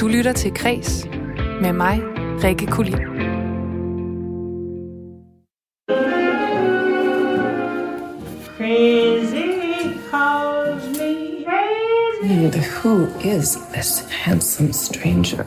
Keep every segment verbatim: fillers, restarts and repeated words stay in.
Du lytter til Kres med mig, Rikke Kulin. Crazy calls me crazy. And who is this handsome stranger?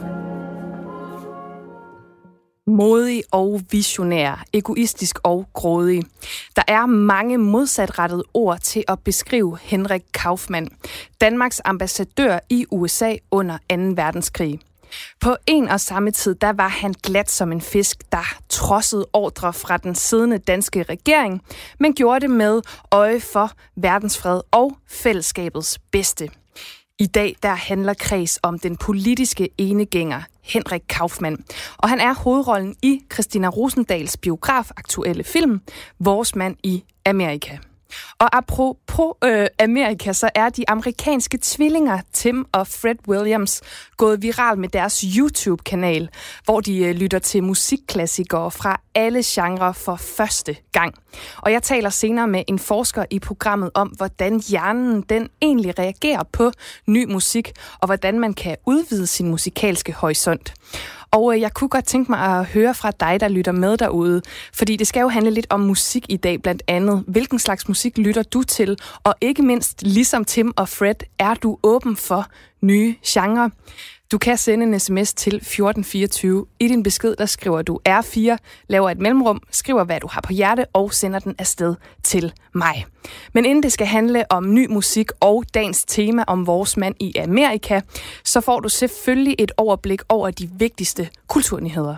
Modig og visionær, egoistisk og grådig. Der er mange modsatrettede ord til at beskrive Henrik Kaufmann, Danmarks ambassadør i U S A under anden verdenskrig. På en og samme tid, der var han glat som en fisk, der trodsede ordre fra den siddende danske regering, men gjorde det med øje for verdensfred og fællesskabets bedste. I dag der handler Kres om den politiske enegænger Henrik Kaufmann, og han er hovedrollen i Christina Rosendahls biografaktuelle film Vores mand i Amerika. Og apropos øh, Amerika, så er de amerikanske tvillinger Tim og Fred Williams gået viral med deres YouTube-kanal, hvor de øh, lytter til musikklassikere fra alle genrer for første gang. Og jeg taler senere med en forsker i programmet om, hvordan hjernen den egentlig reagerer på ny musik, og hvordan man kan udvide sin musikalske horisont. Og øh, jeg kunne godt tænke mig at høre fra dig, der lytter med derude, fordi det skal jo handle lidt om musik i dag blandt andet. Hvilken slags musik lytter du til? Og ikke mindst, ligesom Tim og Fred, er du åben for nye genrer? Du kan sende en sms til fjorten fireogtyve. I din besked, der skriver du R fire, laver et mellemrum, skriver hvad du har på hjerte og sender den afsted til mig. Men inden det skal handle om ny musik og dagens tema om vores mand i Amerika, så får du selvfølgelig et overblik over de vigtigste kulturnyheder.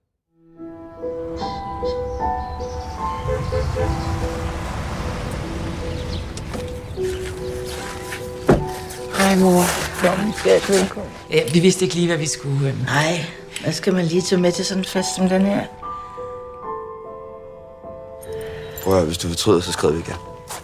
Hej, mor. Ja, vi vidste ikke lige, hvad vi skulle. Nej, hvad skal man lige tage med til sådan en fest som den her? Prøv at, hvis du fortryder, så skriver vi igen.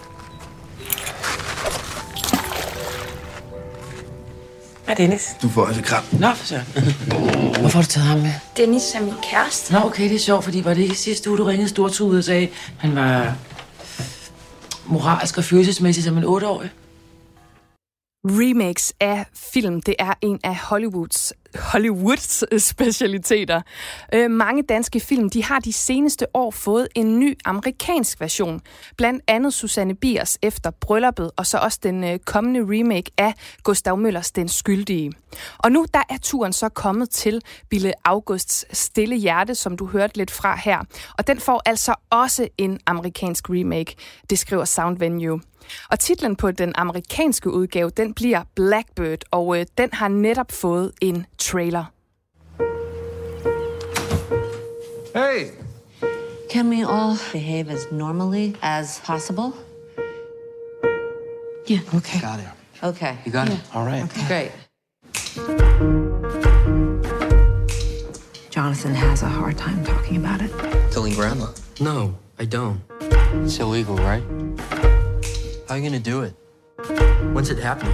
Hej, Dennis. Du får også et kram. Nå, for så. Hvorfor har du taget ham med? Dennis er min kæreste. Nå, okay, det er sjovt, fordi var det ikke sidste uge, du ringede stortudet og sagde, han var moralsk og følelsesmæssigt som en otteårig? Remakes af film, det er en af Hollywoods, Hollywoods specialiteter. Øh, mange danske film, de har de seneste år fået en ny amerikansk version. Blandt andet Susanne Biers Efter brylluppet, og så også den øh, kommende remake af Gustav Møllers Den skyldige. Og nu der er turen så kommet til Bille Augusts Stille hjerte, som du hørte lidt fra her. Og den får altså også en amerikansk remake, det skriver Sound Venue. Og titlen på den amerikanske udgave, den bliver Blackbird, og øh, den har netop fået en trailer. Hey! Can we all behave as normally as possible? Yeah, okay. Got it. Okay. You got it? All right. Okay. Great. Jonathan has a hard time talking about it. Telling grandma? No, I don't. It's illegal, right? How are you gonna do it? When's it happening?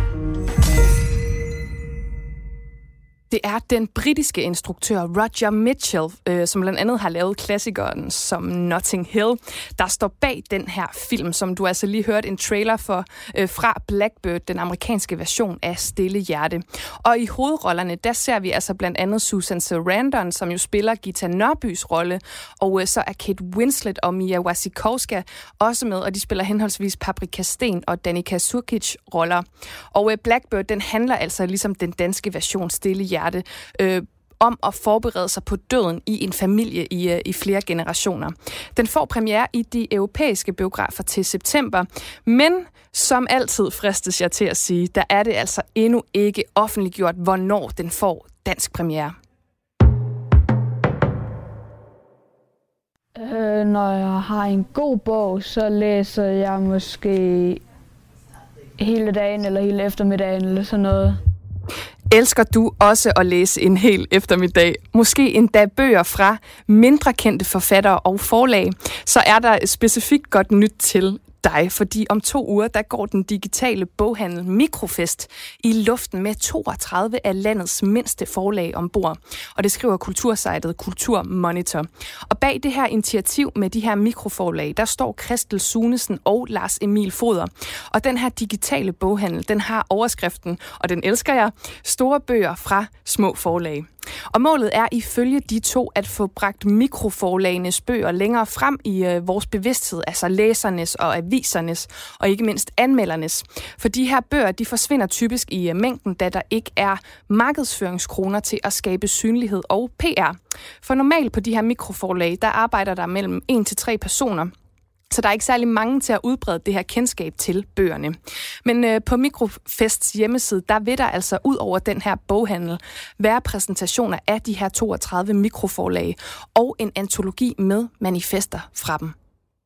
Det er den britiske instruktør Roger Mitchell, øh, som blandt andet har lavet klassikeren som Notting Hill, der står bag den her film, som du altså lige hørte en trailer for øh, fra Blackbird, den amerikanske version af Stille hjerte. Og i hovedrollerne, der ser vi altså blandt andet Susan Sarandon, som jo spiller Gita Nørbys rolle, og øh, så er Kate Winslet og Mia Wasikowska også med, og de spiller henholdsvis Paprika Steen og Danica Surkic roller. Og øh, Blackbird, den handler altså ligesom den danske version Stille hjerte, Øh, om at forberede sig på døden i en familie i, øh, i flere generationer. Den får premiere i de europæiske biografer til september, men som altid fristes jeg til at sige, der er det altså endnu ikke offentliggjort, hvornår den får dansk premiere. Øh, når jeg har en god bog, så læser jeg måske hele dagen eller hele eftermiddagen eller sådan noget. Elsker du også at læse en hel eftermiddag? Måske endda bøger fra mindre kendte forfattere og forlag, så er der specifikt godt nyt til dig, fordi om to uger, der går den digitale boghandel Mikrofest i luften med toogtredive af landets mindste forlag ombord. Og det skriver kultursejtet Kulturmonitor. Og bag det her initiativ med de her mikroforlag, der står Christel Sunesen og Lars Emil Foder. Og den her digitale boghandel, den har overskriften, og den elsker jeg, store bøger fra små forlag. Og målet er ifølge de to at få bragt mikroforlagenes bøger længere frem i øh, vores bevidsthed, altså læsernes og avisernes, og ikke mindst anmeldernes. For de her bøger, de forsvinder typisk i øh, mængden, da der ikke er markedsføringskroner til at skabe synlighed og P R. For normalt på de her mikroforlag, der arbejder der mellem en til tre personer. Så der er ikke særlig mange til at udbrede det her kendskab til bøgerne. Men øh, på Mikrofests hjemmeside, der vil der altså ud over den her boghandel være præsentationer af de her toogtredive mikroforlag og en antologi med manifester fra dem.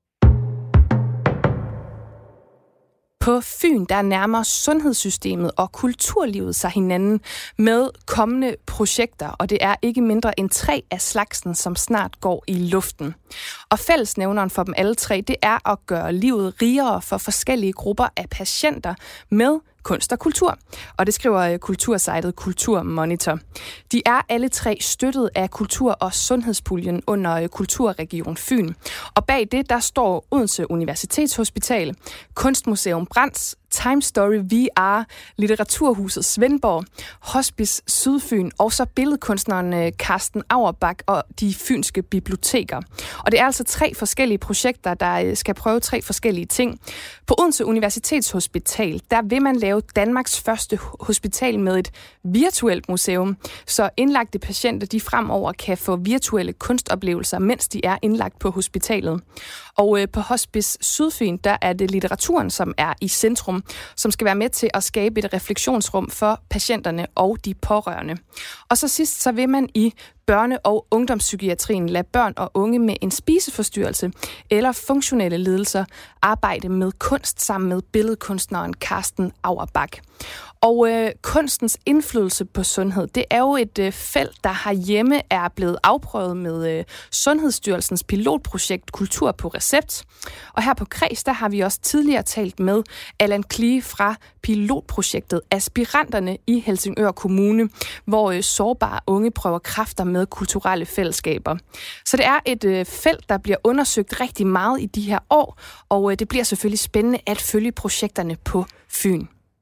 På Fyn, der nærmer sundhedssystemet og kulturlivet sig hinanden med kommende projekter, og det er ikke mindre end tre af slagsen, som snart går i luften. Og fællesnævneren for dem alle tre, det er at gøre livet rigere for forskellige grupper af patienter med kunst og kultur. Og det skriver kultursejtet Kulturmonitor. De er alle tre støttet af Kultur- og Sundhedspuljen under Kulturregion Fyn. Og bag det, der står Odense Universitetshospital, Kunstmuseum Brands, Time Story V R, Litteraturhuset Svendborg, Hospice Sydfyn og så billedkunstneren Carsten Auerbach og de fynske biblioteker. Og det er altså tre forskellige projekter, der skal prøve tre forskellige ting. På Odense Universitetshospital, der vil man lave Danmarks første hospital med et virtuelt museum, så indlagte patienter de fremover kan få virtuelle kunstoplevelser, mens de er indlagt på hospitalet. Og på Hospice Sydfyn, der er det litteraturen, som er i centrum, som skal være med til at skabe et refleksionsrum for patienterne og de pårørende. Og så sidst, så vil man i børne- og ungdomspsykiatrien lade børn og unge med en spiseforstyrrelse eller funktionelle lidelser arbejde med kunst sammen med billedkunstneren Carsten Auerbach. Og øh, kunstens indflydelse på sundhed, det er jo et øh, felt, der herhjemme er blevet afprøvet med øh, Sundhedsstyrelsens pilotprojekt Kultur på Recept. Og her på Kreds, der har vi også tidligere talt med Allan Klee fra pilotprojektet Aspiranterne i Helsingør Kommune, hvor øh, sårbare unge prøver kræfter med kulturelle fællesskaber. Så det er et øh, felt, der bliver undersøgt rigtig meget i de her år, og øh, det bliver selvfølgelig spændende at følge projekterne på Fyn.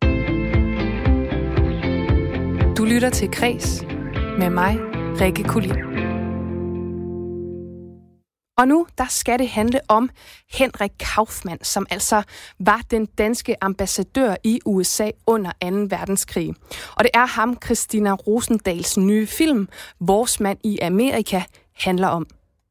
Du lytter til Kreds med mig, Rikke Kulin. Og nu, der skal det handle om Henrik Kaufmann, som altså var den danske ambassadør i U S A under anden verdenskrig. Og det er ham, Christina Rosendals nye film, Vores mand i Amerika, handler om.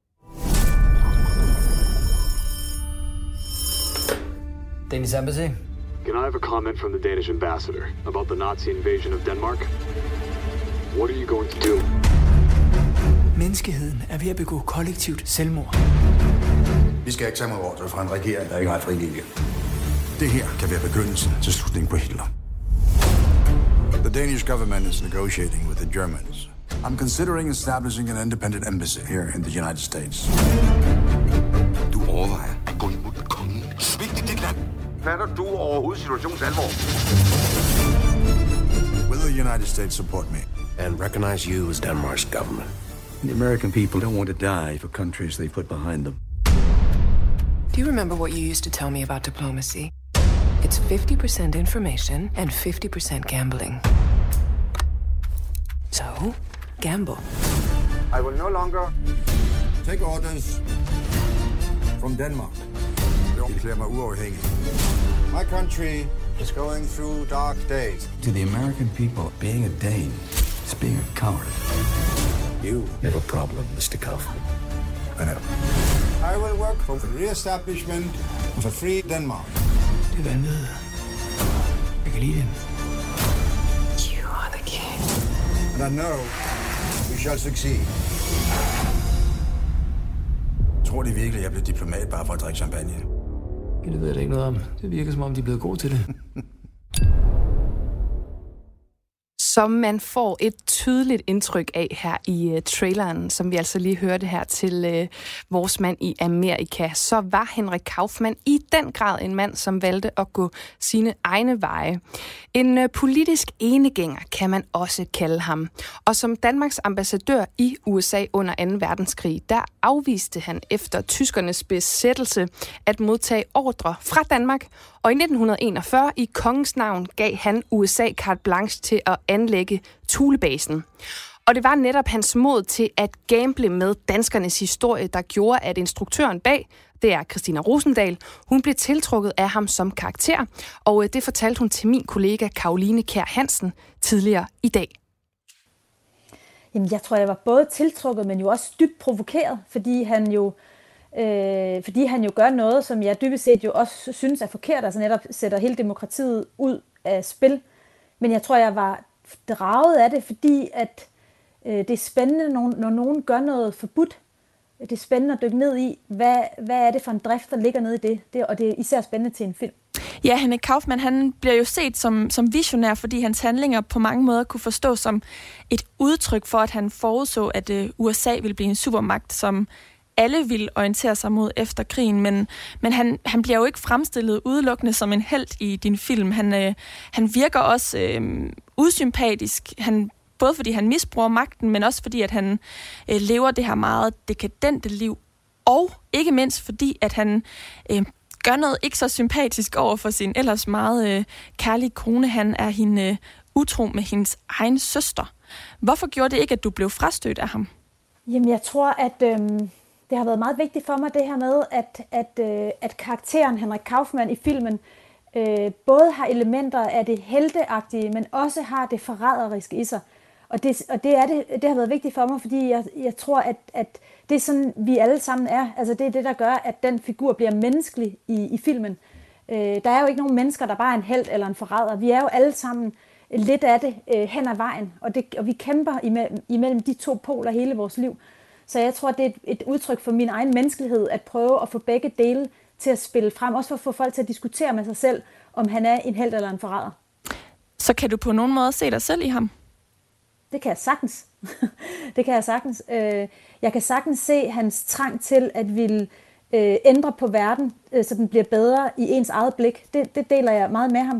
Danish Embassy? Can I have a comment from the Danish ambassador about the Nazi invasion of Denmark? What are you going to do? Menneskeheden er ved at begå kollektivt selvmord. Vi skal ikke tage mod ordre fra en regering, der ikke har frivillige. Det her kan være begyndelsen til slutningen på Hitler. The Danish government is negotiating with the Germans. I'm considering establishing an independent embassy here in the United States. Du overvejer at gå imod kongen. Svigt i dit land. Fatter du overhovedet situationens alvor? Will the United States support me? And recognize you as Denmark's government. The American people don't want to die for countries they put behind them. Do you remember what you used to tell me about diplomacy? It's fifty percent information and fifty percent gambling. So, gamble. I will no longer take orders from Denmark. Jeg erklærer mig uafhængig. My country is going through dark days. To the American people, being a Dane is being a coward. You have a problem, Mister Kaufmann. I know. I will work for the re-establishment of a free Denmark. Det er vanvittigt. Jeg kan lide det. You are the king. And I know we shall succeed. Tror de virkelig, jeg blev diplomat bare for at drikke champagne? Det ved jeg ikke noget om. Det virker som om, de er blevet gode til det. Som man får et tydeligt indtryk af her i uh, traileren, som vi altså lige hørte her til uh, Vores mand i Amerika, så var Henrik Kaufmann i den grad en mand, som valgte at gå sine egne veje. En uh, politisk enegænger kan man også kalde ham. Og som Danmarks ambassadør i U S A under anden verdenskrig, der afviste han efter tyskernes besættelse at modtage ordre fra Danmark. Og i nitten enogfyrre i kongens navn gav han U S A carte blanche til at anlægge Thulebasen. Og det var netop hans mod til at gamble med danskernes historie, der gjorde, at instruktøren bag, det er Christina Rosendahl, hun blev tiltrukket af ham som karakter. Og det fortalte hun til min kollega Caroline Kjær Hansen tidligere i dag. Jamen, jeg tror, jeg var både tiltrukket, men jo også dybt provokeret, fordi han jo Øh, fordi han jo gør noget, som jeg dybest set jo også synes er forkert, altså netop sætter hele demokratiet ud af spil. Men jeg tror, jeg var draget af det, fordi at øh, det er spændende, når, når nogen gør noget forbudt. Det er spændende at dykke ned i, hvad, hvad er det for en drift, der ligger nede i det, det og det er især spændende til en film. Ja, Henrik Kaufmann, han bliver jo set som, som visionær, fordi hans handlinger på mange måder kunne forstås som et udtryk for, at han forudså, at øh, U S A ville blive en supermagt, som alle vil orientere sig mod efter krigen, men, men han, han bliver jo ikke fremstillet udelukkende som en helt i din film. Han, øh, han virker også øh, usympatisk, han, både fordi han misbruger magten, men også fordi at han øh, lever det her meget dekadente liv, og ikke mindst fordi at han øh, gør noget ikke så sympatisk over for sin ellers meget øh, kærlige kone. Han er hende øh, utro med hendes egen søster. Hvorfor gjorde det ikke, at du blev frastødt af ham? Jamen, jeg tror, at Øh... det har været meget vigtigt for mig, det her med, at, at, øh, at karakteren Henrik Kaufmann i filmen øh, både har elementer af det helteagtige, men også har det forræderiske i sig. Og det, og det, er det, det har været vigtigt for mig, fordi jeg, jeg tror, at, at det er sådan, vi alle sammen er. Altså det er det, der gør, at den figur bliver menneskelig i, i filmen. Øh, der er jo ikke nogen mennesker, der bare er en helt eller en forræder. Vi er jo alle sammen lidt af det øh, hen ad vejen, og, det, og vi kæmper imellem, imellem de to poler hele vores liv. Så jeg tror, det er et, et udtryk for min egen menneskelighed, at prøve at få begge dele til at spille frem. Også for at få folk til at diskutere med sig selv, om han er en helt eller en forræder. Så kan du på nogen måde se dig selv i ham? Det kan jeg sagtens. det kan jeg sagtens. Jeg kan sagtens se hans trang til at ville ændre på verden, så den bliver bedre i ens eget blik. Det, det deler jeg meget med ham.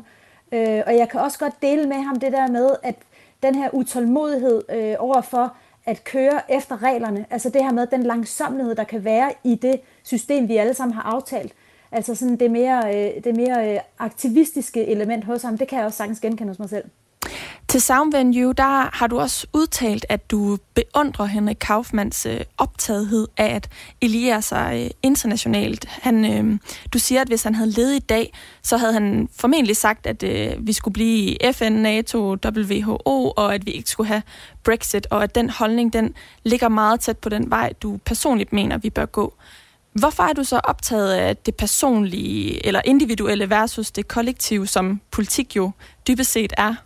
Og jeg kan også godt dele med ham det der med, at den her utålmodighed overfor at køre efter reglerne, altså det her med den langsommelighed, der kan være i det system, vi alle sammen har aftalt. Altså sådan det mere, det mere aktivistiske element hos ham, det kan jeg også sagtens genkende hos mig selv. Til Sound Venue, der har du også udtalt, at du beundrer Henrik Kaufmanns øh, optagethed af at alliere sig øh, internationalt. Han, øh, du siger, at hvis han havde levet i dag, så havde han formentlig sagt, at øh, vi skulle blive i F N, NATO, W H O, og at vi ikke skulle have Brexit, og at den holdning, den ligger meget tæt på den vej, du personligt mener, vi bør gå. Hvorfor er du så optaget af det personlige eller individuelle versus det kollektive, som politik jo dybest set er?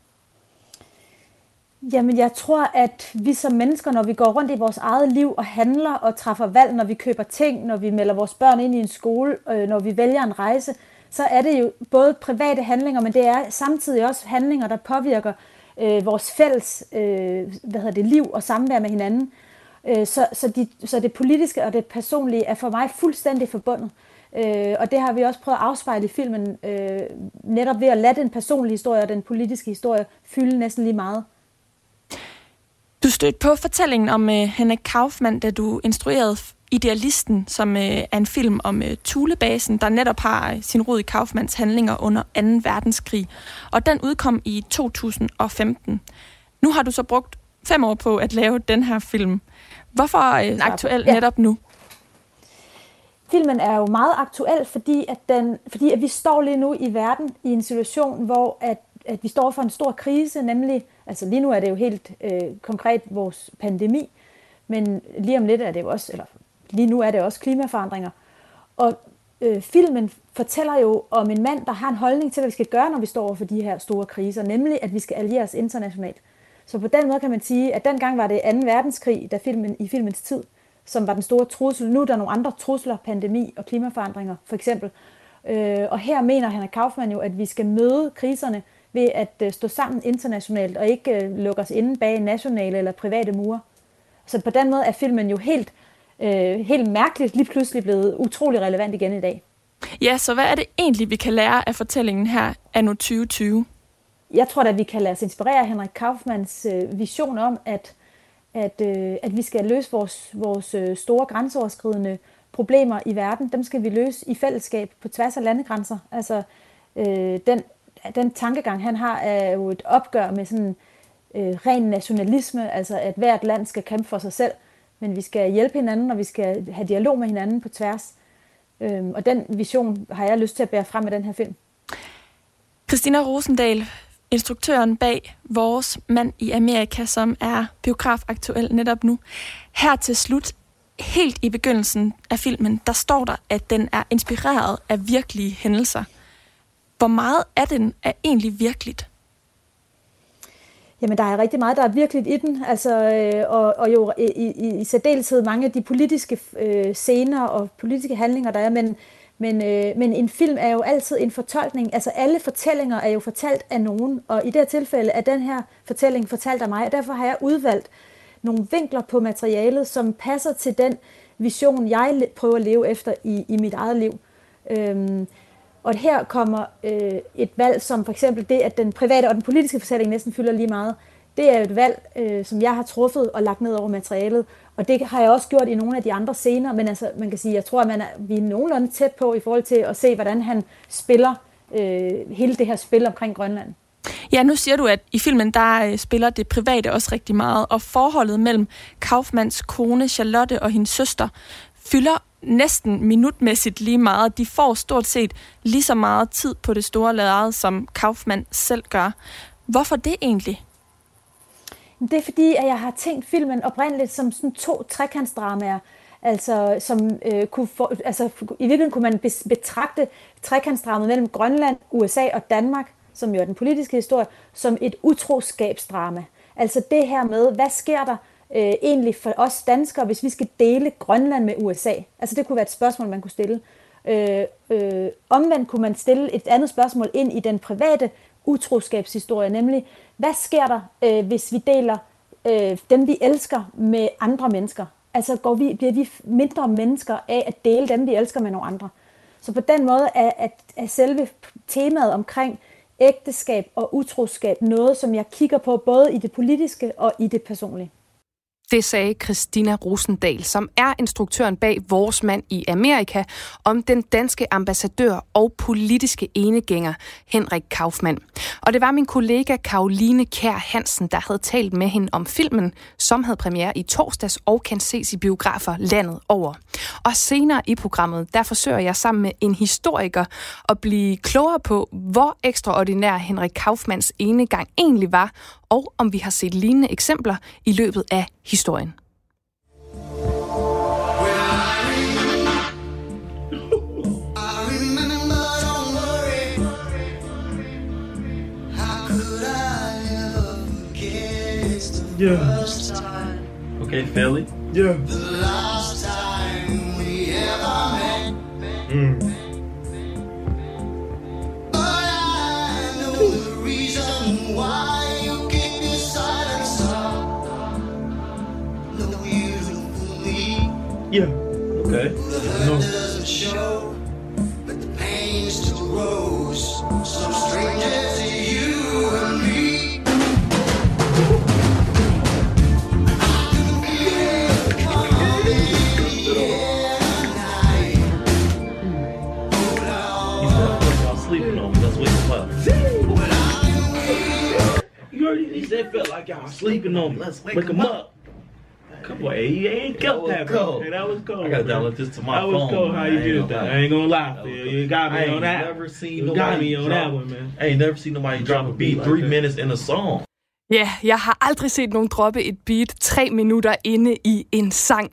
Jamen, jeg tror, at vi som mennesker, når vi går rundt i vores eget liv og handler og træffer valg, når vi køber ting, når vi melder vores børn ind i en skole, øh, når vi vælger en rejse, så er det jo både private handlinger, men det er samtidig også handlinger, der påvirker øh, vores fælles øh, hvad hedder det, liv og samvær med hinanden. Øh, så, så, de, så det politiske og det personlige er for mig fuldstændig forbundet. Øh, og det har vi også prøvet at afspejle i filmen, øh, netop ved at lade den personlige historie og den politiske historie fylde næsten lige meget. Du stødte på fortællingen om uh, Henrik Kaufmann, da du instruerede Idealisten, som uh, er en film om uh, Thulebasen, der netop har uh, sin rod i Kaufmanns handlinger under anden verdenskrig. Og den udkom i to tusind og femten. Nu har du så brugt fem år på at lave den her film. Hvorfor er den aktuel ja. netop nu? Filmen er jo meget aktuel, fordi at, den, fordi at vi står lige nu i verden i en situation, hvor at, at vi står for en stor krise, nemlig, altså lige nu er det jo helt øh, konkret vores pandemi, men lige om lidt er det jo også, eller lige nu er det også klimaforandringer. Og øh, filmen fortæller jo om en mand, der har en holdning til, hvad vi skal gøre, når vi står over for de her store kriser, nemlig at vi skal alliere os internationalt. Så på den måde kan man sige, at dengang var det anden verdenskrig, da filmen, i filmens tid, som var den store trussel. Nu er der nogle andre trusler, pandemi og klimaforandringer for eksempel. Øh, og her mener Henrik Kaufmann jo, at vi skal møde kriserne ved at øh, stå sammen internationalt og ikke øh, lukke os inde bag nationale eller private mure. Så på den måde er filmen jo helt, øh, helt mærkeligt lige pludselig blevet utrolig relevant igen i dag. Ja, så hvad er det egentlig, vi kan lære af fortællingen her anno tyve tyve? Jeg tror da, vi kan lade os inspirere af Henrik Kaufmanns øh, vision om, at, at, øh, at vi skal løse vores, vores øh, store grænseoverskridende problemer i verden. Dem skal vi løse i fællesskab på tværs af landegrænser. Altså, øh, den, den tankegang, han har, er jo et opgør med sådan øh, ren nationalisme, altså at hvert land skal kæmpe for sig selv, men vi skal hjælpe hinanden, og vi skal have dialog med hinanden på tværs. Øh, og den vision har jeg lyst til at bære frem med den her film. Christina Rosendahl, instruktøren bag Vores mand i Amerika, som er biografaktuel netop nu. Her til slut, helt i begyndelsen af filmen, der står der, at den er inspireret af virkelige hændelser. Hvor meget af den er egentlig virkeligt? Jamen, der er rigtig meget, der er virkeligt i den. Altså, øh, og, og jo i, i, i særdeleshed mange af de politiske øh, scener og politiske handlinger, der er. Men, men, øh, men en film er jo altid en fortolkning. Altså, alle fortællinger er jo fortalt af nogen. Og i det her tilfælde er den her fortælling fortalt af mig. Og derfor har jeg udvalgt nogle vinkler på materialet, som passer til den vision, jeg prøver at leve efter i, i mit eget liv. Øhm, og her kommer øh, et valg, som for eksempel det, at den private og den politiske fortælling næsten fylder lige meget. Det er jo et valg, øh, som jeg har truffet og lagt ned over materialet. Og det har jeg også gjort i nogle af de andre scener. Men altså, man kan sige, jeg tror, at man er, vi er nogenlunde tæt på i forhold til at se, hvordan han spiller øh, hele det her spil omkring Grønland. Ja, nu siger du, at i filmen, der spiller det private også rigtig meget, og forholdet mellem Kaufmanns kone Charlotte og hendes søster fylder næsten minutmæssigt lige meget. De får stort set lige så meget tid på det store lærred, som Kaufmann selv gør. Hvorfor det egentlig? Det er fordi, at jeg har tænkt filmen oprindeligt som sådan to trekantsdramaer. Altså, som, øh, kunne for, altså, i virkeligheden kunne man betragte trekantsdramaet mellem Grønland, U S A og Danmark, som jo er den politiske historie, som et utroskabsdrama. Altså det her med, hvad sker der øh, egentlig for os danskere, hvis vi skal dele Grønland med U S A? Altså det kunne være et spørgsmål, man kunne stille. Øh, øh, omvendt kunne man stille et andet spørgsmål ind i den private utroskabshistorie, nemlig, hvad sker der, øh, hvis vi deler øh, dem, vi elsker, med andre mennesker? Altså går vi, bliver vi mindre mennesker af at dele dem, vi elsker, med nogle andre? Så på den måde er, er, er selve temaet omkring ægteskab og utroskab noget, som jeg kigger på både i det politiske og i det personlige. Det sagde Christina Rosendahl, som er instruktøren bag Vores mand i Amerika, om den danske ambassadør og politiske enegænger Henrik Kaufmann. Og det var min kollega Caroline Kjær Hansen, der havde talt med hende om filmen, som havde premiere i torsdags og kan ses i biografer landet over. Og senere i programmet, der forsøger jeg sammen med en historiker at blive klogere på, hvor ekstraordinær Henrik Kaufmanns enegang egentlig var, og om vi har set lignende eksempler i løbet af historien. Yeah. Okay, Philly. Yeah. Mm. Yeah. Okay. No. Show, but the pain still grows. So strangers to you and me. Sleeping on me. Let's wake him up. You already he said felt like y'all sleeping on me. Let's wake, wake him up. up. Come on, he ain't kept that. Hey, that was cold. I gotta download this to my that phone. That was cold how you did that. I ain't gonna lie, Phil. You got me on that. Never seen you got me on that one, man. I ain't never seen nobody drop a beat three minutes in a song. Ja, jeg har aldrig set nogen droppe et beat tre minutter inde i en sang.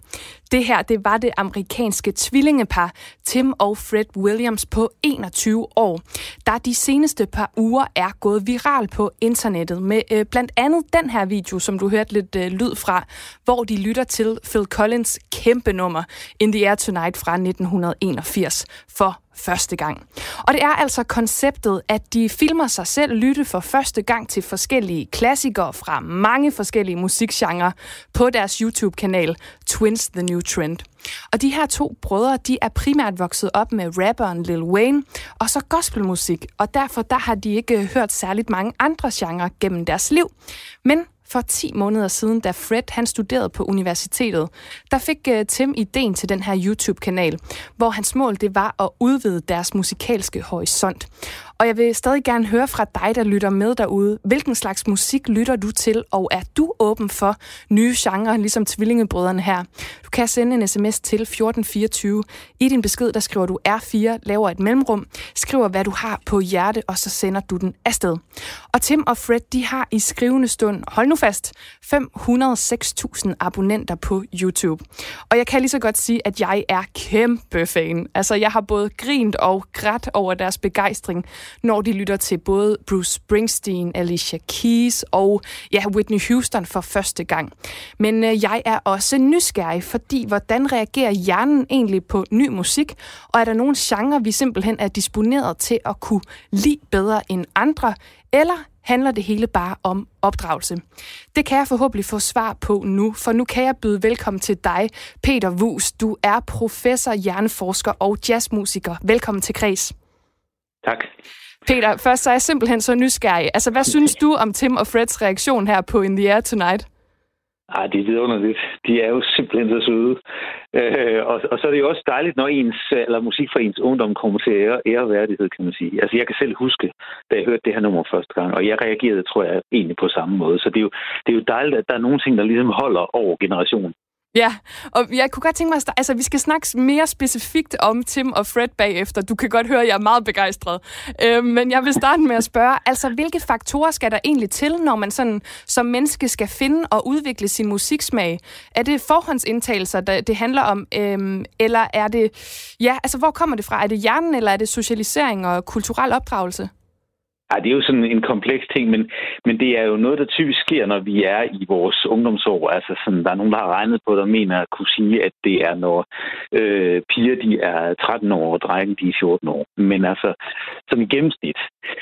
Det her, det var det amerikanske tvillingepar Tim og Fred Williams på enogtyve år, der de seneste par uger er gået viral på internettet med øh, blandt andet den her video, som du hørte lidt øh, lyd fra, hvor de lytter til Phil Collins' kæmpe nummer In the Air Tonight fra nitten enogfirs for første gang. Og det er altså konceptet, at de filmer sig selv lytte for første gang til forskellige klassikere fra mange forskellige musikgenrer på deres YouTube-kanal Twins The New Trend. Og de her to brødre, de er primært vokset op med rapperen Lil Wayne og så gospelmusik, og derfor der har de ikke hørt særligt mange andre genrer gennem deres liv. Men for ti måneder siden, da Fred han studerede på universitetet, der fik uh, Tim ideen til den her YouTube-kanal, hvor hans mål det var at udvide deres musikalske horisont. Og jeg vil stadig gerne høre fra dig, der lytter med derude. Hvilken slags musik lytter du til, og er du åben for nye genrer, ligesom tvillingebrødrene her? Du kan sende en sms til fjorten fireogtyve. I din besked, der skriver du R fire, laver et mellemrum, skriver, hvad du har på hjerte, og så sender du den afsted. Og Tim og Fred, de har i skrivende stund, hold nu fast, fem hundrede og seks tusind abonnenter på YouTube. Og jeg kan lige så godt sige, at jeg er kæmpe fan. Altså, jeg har både grint og grædt over deres begejstring, når de lytter til både Bruce Springsteen, Alicia Keys og ja, Whitney Houston for første gang. Men øh, jeg er også nysgerrig, fordi hvordan reagerer hjernen egentlig på ny musik? Og er der nogle genrer, vi simpelthen er disponeret til at kunne lide bedre end andre? Eller handler det hele bare om opdragelse? Det kan jeg forhåbentlig få svar på nu, for nu kan jeg byde velkommen til dig, Peter Wues. Du er professor, hjerneforsker og jazzmusiker. Velkommen til Kreds. Tak. Peter, først så er jeg simpelthen så nysgerrig. Altså, hvad synes du om Tim og Freds reaktion her på In the Air Tonight? Ej, det er vidunderligt. De er jo simpelthen så søde. Øh, og, og så er det jo også dejligt, når ens, eller musik fra ens ungdom kommer til ære, æreværdighed, kan man sige. Altså, jeg kan selv huske, da jeg hørte det her nummer første gang, og jeg reagerede, tror jeg, egentlig på samme måde. Så det er jo, det er jo dejligt, at der er nogle ting, der ligesom holder over generationen. Ja, og jeg kunne godt tænke mig, at altså, vi skal snakke mere specifikt om Tim og Fred bagefter. Du kan godt høre, at jeg er meget begejstret. Øh, men jeg vil starte med at spørge, altså hvilke faktorer skal der egentlig til, når man sådan som menneske skal finde og udvikle sin musiksmag? Er det forhåndsindtagelser, der det handler om, øh, eller er det, ja, altså hvor kommer det fra? Er det hjernen, eller er det socialisering og kulturel opdragelse? Ja, det er jo sådan en kompleks ting, men, men det er jo noget, der typisk sker, når vi er i vores ungdomsår. Altså sådan, der er nogen, der har regnet på det og mener at kunne sige, at det er, når øh, piger de er tretten år og drenge de er fjorten år. Men altså, som i gennemsnit.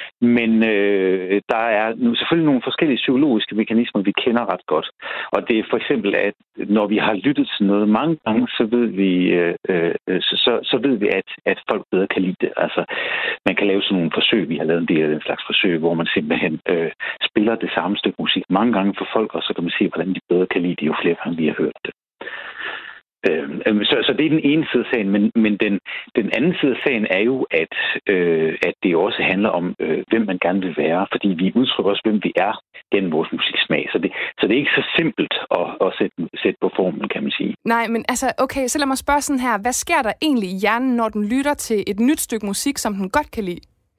Men øh, der er nu selvfølgelig nogle forskellige psykologiske mekanismer, vi kender ret godt. Og det er for eksempel, at når vi har lyttet til noget mange gange, så ved vi, øh, øh, så, så ved vi at, at folk bedre kan lide det. Altså, man kan lave sådan nogle forsøg, vi har lavet en del af den slags forsøg, hvor man simpelthen øh, spiller det samme stykke musik mange gange for folk, og så kan man se, hvordan de bedre kan lide det, jo flere gange vi har hørt det. Øh, så, så det er den ene side af sagen, men, men den, den anden side af sagen er jo, at, øh, at det også handler om, øh, hvem man gerne vil være, fordi vi udtrykker også, hvem vi er gennem vores musiksmag. Så det, så det er ikke så simpelt at, at sætte, sætte på formen, kan man sige. Nej, men altså, okay, så lad mig spørge sådan her. Hvad sker der egentlig i hjernen, når den lytter til et nyt stykke musik, som den godt kan lide?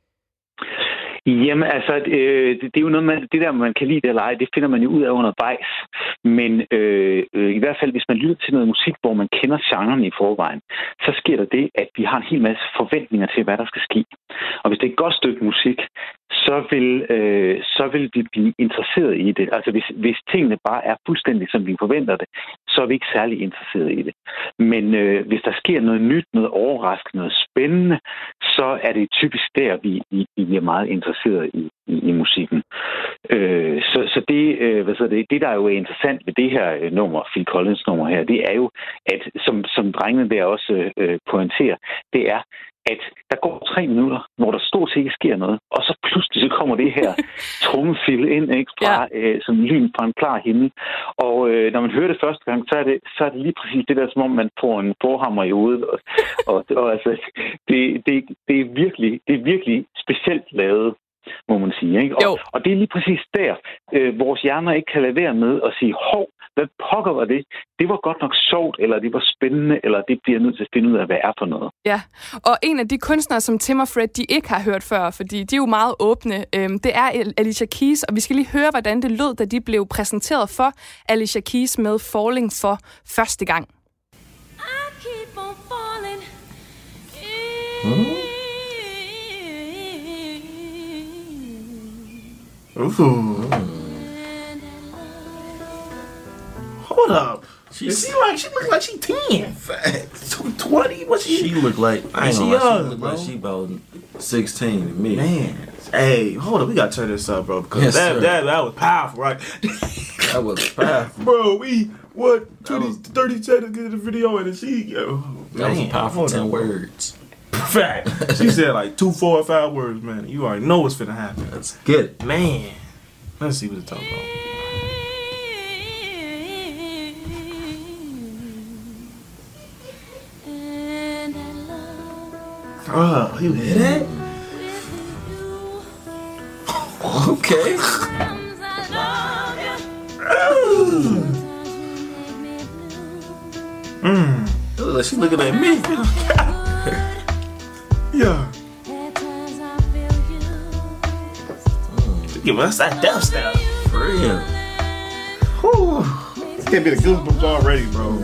Jamen, altså, øh, det, det er jo noget, man, det der, man kan lide det eller ej, det finder man jo ud af undervejs. Men øh, øh, i hvert fald, hvis man lytter til noget musik, hvor man kender genren i forvejen, så sker der det, at vi har en hel masse forventninger til, hvad der skal ske. Og hvis det er et godt stykke musik, så vil, øh, så vil vi blive interesseret i det. Altså, hvis, hvis tingene bare er fuldstændig, som vi forventer det, så er vi ikke særlig interesseret i det. Men øh, hvis der sker noget nyt, noget overraskende, noget spændende, så er det typisk der, vi, vi, vi er meget interesseret i, i, i musikken. Øh, så så det, øh, hvad så det, det, der er jo interessant ved det her øh, nummer, Phil Collins nummer her, det er jo, at som, som drengene der også øh, pointerer, det er, at der går tre minutter, hvor der stort set ikke sker noget, og så pludselig så kommer det her trommefil ind, ikke, fra ja. øh, som lyn fra en klar himmel. Og øh, når man hører det første gang, så er det, så er det lige præcis det der, som om man får en forhammer i hovedet. Og, og, og altså, det, det, det, er virkelig, det er virkelig specielt lavet, må man sige. Ikke? Og, og det er lige præcis der, øh, vores hjerner ikke kan lade være med at sige, hov, hvad pokker var det? Det var godt nok sjovt, eller det var spændende, eller det bliver nødt til at finde ud af, hvad er for noget. Ja, og en af de kunstnere, som Tim og Fred, de ikke har hørt før, fordi de er jo meget åbne, øhm, det er Alicia Keys, og vi skal lige høre, hvordan det lød, da de blev præsenteret for Alicia Keys med Falling for første gang. Ooh. Hold up. She seem like she look like she ten. Facts. twenty? What she? She look like I ain't she gonna lie, young, she look bro. like she about sixteen to me. Man. Hey, hold up, we gotta turn this up, bro. Because Yes, that, sir. that that was powerful, right? That was powerful. Bro, we what twenty, thirty seconds into the video and she yo, That was a man, powerful hold ten up, bro. words. Fact. She said like two, four, or five words, man. You already know what's finna happen. Let's get it. Man. Let's see what it's talking about. Oh, you hear that? Okay. Mm. It look like she looking at me. Yeah. Give us that death step. For real. Whew. Can't be the goosebumps already, bro.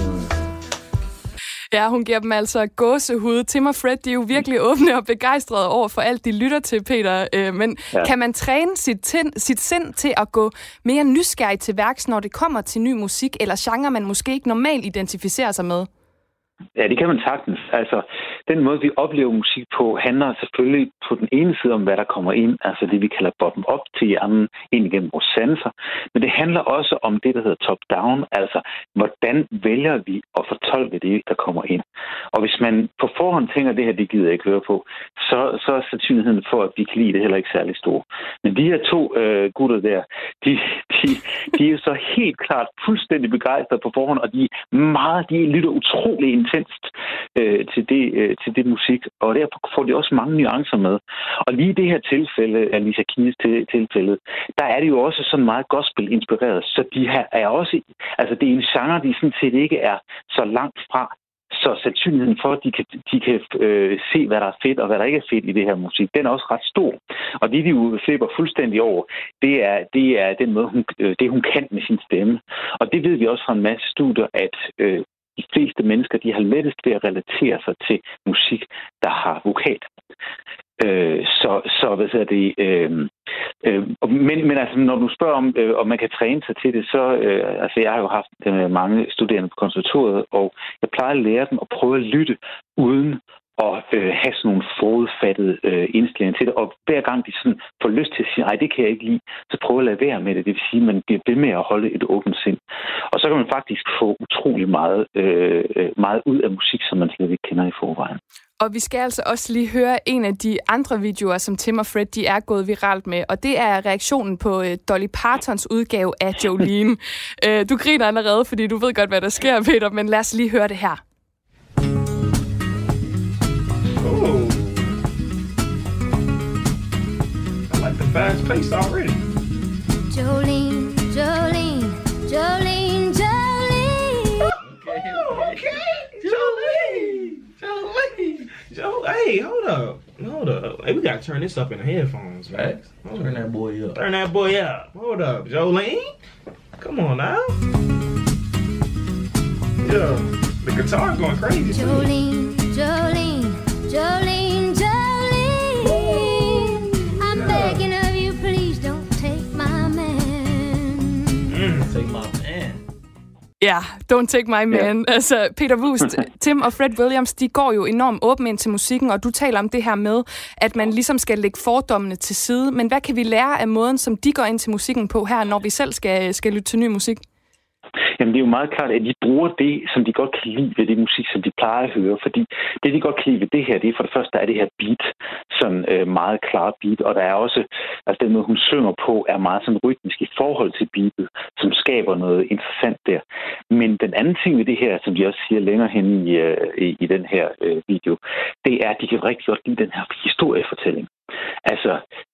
Ja, hun giver dem altså gåsehud. Tim og Fred, de er jo virkelig åbne og begejstrede over for alt, de lytter til, Peter. Øh, men ja. Kan man træne sit, tin, sit sind til at gå mere nysgerrig til værks, når det kommer til ny musik, eller genre, man måske ikke normalt identificerer sig med? Ja, det kan man sagtens. Altså, den måde, vi oplever musik på, handler selvfølgelig på den ene side om, hvad der kommer ind, altså det, vi kalder bottom-up til hjernen, ind igennem vores sanser. Men det handler også om det, der hedder top-down, altså hvordan vælger vi at fortolke det, der kommer ind. Og hvis man på forhånd tænker, det her, det gider jeg ikke høre på, så, så er sandsynligheden for, at vi kan lide det heller ikke særlig stor. Men de her to øh, gutter der, de, de, de er jo så helt klart fuldstændig begejstrede på forhånd, og de er meget, de lytter utrolig intenst øh, til, det, øh, til det musik, og derfor får de også mange nuancer med. Og lige i det her tilfælde, Alicia Keys til, tilfælde, der er det jo også sådan meget gospel-inspireret, så de her er også, altså det er en genre, de sådan set ikke er så langt fra, så sandsynligheden for, at de kan, de kan øh, se, hvad der er fedt og hvad der ikke er fedt i det her musik, den er også ret stor. Og det, de jo flipper fuldstændig over, det er, det er den måde, hun, øh, det hun kan med sin stemme. Og det ved vi også fra en masse studier, at øh, de fleste mennesker, de har lettest ved at relatere sig til musik, der har vokal. Øh, så, så hvad hedder det, øh, øh, men, men altså, når du spørger om, øh, om man kan træne sig til det, så, øh, altså jeg har jo haft øh, mange studerende på konservatoriet, og jeg plejer at lære dem at prøve at lytte uden at øh, have sådan nogle forudfattede øh, indstillinger til det, og hver gang de sådan får lyst til at sige, nej, det kan jeg ikke lide, så prøve at lade være med det, det vil sige, at man bliver ved med at holde et åbent sind. Og så kan man faktisk få utrolig meget, øh, meget ud af musik, som man slet ikke kender i forvejen. Og vi skal altså også lige høre en af de andre videoer, som Tim og Fred de er gået viralt med, og det er reaktionen på uh, Dolly Partons udgave af Jolene. uh, du griner allerede, fordi du ved godt, hvad der sker, Peter, men lad os lige høre det her. Oh. I like the fast pace already. Jolene, Jolene, Jolene, Jolene. Okay, okay, Jolene, Jolene. Jo, hey, hold up, hold up. Hey, we gotta turn this up in the headphones, right? Turn that boy up. Turn that boy up. Hold up, Jolene. Come on now. Yeah, the guitar's going crazy. Jolene, Jolene, Jolene, Jolene. I'm Yeah. begging of you, please don't take my man. Mm. Take my man. Ja, yeah, don't take my man. Yeah. Altså, Peter Vuust, Tim og Fred Williams, de går jo enormt åbent ind til musikken, og du taler om det her med, at man ligesom skal lægge fordommene til side. Men hvad kan vi lære af måden, som de går ind til musikken på her, når vi selv skal, skal lytte til ny musik? Jamen, det er jo meget klart, at de bruger det, som de godt kan lide ved det musik, som de plejer at høre. Fordi det, de godt kan lide ved det her, det er for det første, der er det her beat, sådan øh, meget klart beat. Og der er også, altså den måde, hun synger på, er meget sådan rytmisk i forhold til beatet, som skaber noget interessant der. Men den anden ting ved det her, som de også siger længere hen i, øh, i, i den her øh, video, det er, at de kan rigtig godt lide den her historiefortælling. Altså,